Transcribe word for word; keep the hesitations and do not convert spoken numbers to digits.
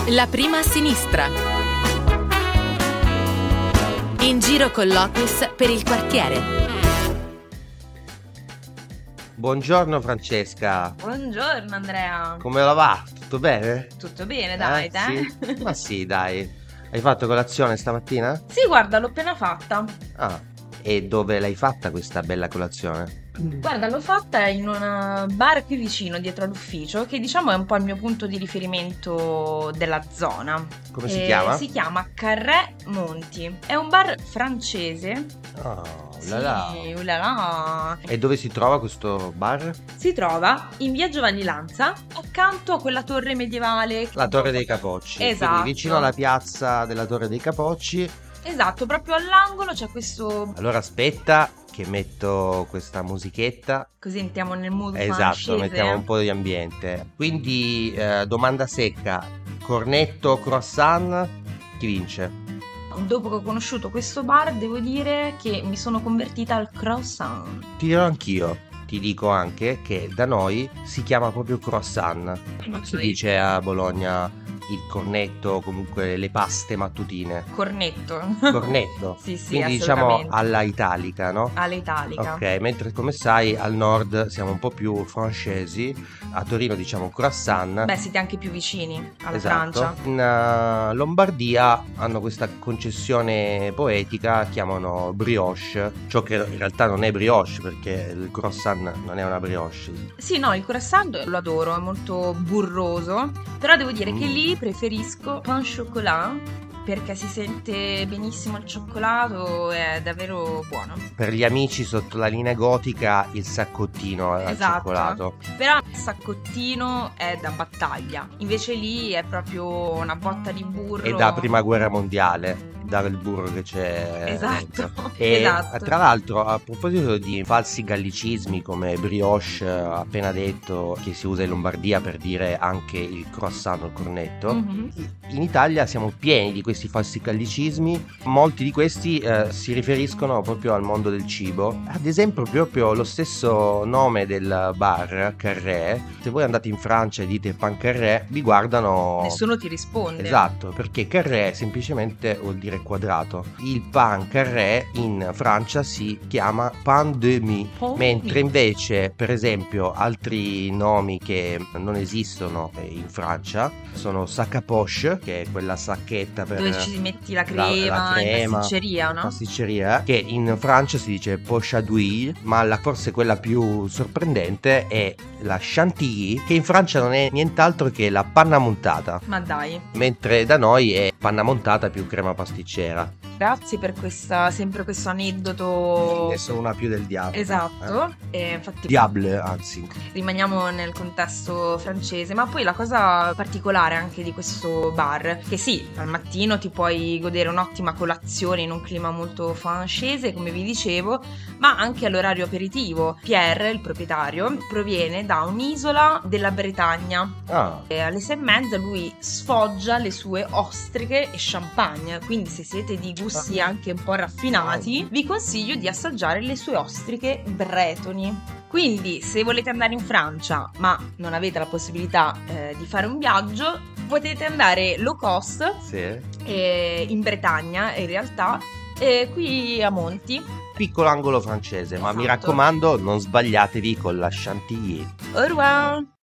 La prima a sinistra. In giro con l'Ocus per il quartiere. Buongiorno Francesca. Buongiorno Andrea. Come la va? Tutto bene? Tutto bene, dai, Eh, te? sì? Ma sì, dai. Hai fatto colazione stamattina? Sì, guarda, l'ho appena fatta. Ah, e dove l'hai fatta questa bella colazione? Guarda, l'ho fatta in un bar qui vicino, dietro all'ufficio, che diciamo è un po' il mio punto di riferimento della zona. Come si Eh, chiama? Si chiama Carré Monti. È un bar francese. Oh, Sì, là là. ulala. E dove si trova questo bar? Si trova in via Giovanni Lanza, accanto a quella torre medievale. La Torre dei Capocci. Esatto. Quindi vicino alla piazza della Torre dei Capocci. Esatto, proprio all'angolo c'è questo. Allora aspetta che metto questa musichetta. Così entriamo nel mood Esatto, francese. mettiamo un po' di ambiente. Quindi, eh, domanda secca. Cornetto, croissant, chi vince? Dopo che ho conosciuto questo bar, devo dire che mi sono convertita al croissant. Ti dirò anch'io. Ti dico anche che da noi si chiama proprio croissant. Non Si so io. dice a Bologna il cornetto, o comunque le paste mattutine. Cornetto. Cornetto. Sì, sì, Quindi diciamo assolutamente. alla italica, no? All'italica. Ok, mentre come sai al nord siamo un po' più francesi, a Torino diciamo croissant. Beh, siete anche più vicini alla Esatto. Francia. In uh, Lombardia hanno questa concessione poetica, chiamano brioche, ciò che in realtà non è brioche perché il croissant non è una brioche. Sì, no, il croissant lo adoro, è molto burroso, però devo dire che Mm. lì preferisco pain chocolat perché si sente benissimo il cioccolato, è davvero buono. Per gli amici sotto la linea gotica il saccottino al Esatto. cioccolato. Però il saccottino è da battaglia, invece lì è proprio una botta di burro. E da prima guerra mondiale, dare il burro che c'è Esatto, dentro. E esatto. tra l'altro, a proposito di falsi gallicismi come brioche, eh, appena detto che si usa in Lombardia per dire anche il croissant o il cornetto, Mhm. in Italia siamo pieni di questi falsi gallicismi. Molti di questi eh, si riferiscono proprio al mondo del cibo. Ad esempio proprio lo stesso nome del bar, Carré. Se voi andate in Francia e dite pan carré, vi guardano. Nessuno ti risponde. Esatto, perché carré semplicemente vuol dire quadrato. Il pan carré in Francia si chiama pain de mie, Pain de mentre mie. invece, per esempio, altri nomi che non esistono in Francia sono sac à poche, che è quella sacchetta per Dove ci metti la la- crema, la crema, in pasticceria, no? pasticceria, che in Francia si dice poche à d'huile, ma la, forse quella più sorprendente è la chantilly, che in Francia non è nient'altro che la panna montata, Ma dai, mentre da noi è panna montata più crema pasticcera. grazie per questa, sempre questo aneddoto. Ne sono una più del diavolo. Esatto, e infatti Eh? Diable, anzi. rimaniamo nel contesto francese, ma poi la cosa particolare anche di questo bar, che sì, al mattino ti puoi godere un'ottima colazione in un clima molto francese, come vi dicevo, ma anche all'orario aperitivo. Pierre, il proprietario, proviene da un'isola della Bretagna. Ah, E alle sei e mezza lui sfoggia le sue ostriche e champagne, quindi se siete di gusti anche un po' raffinati vi consiglio di assaggiare le sue ostriche bretoni. Quindi se volete andare in Francia ma non avete la possibilità eh, di fare un viaggio, potete andare low cost sì. eh, in Bretagna in realtà, eh, qui a Monti. Piccolo angolo francese, ma mi Esatto. raccomando non sbagliatevi con la chantilly. Au revoir!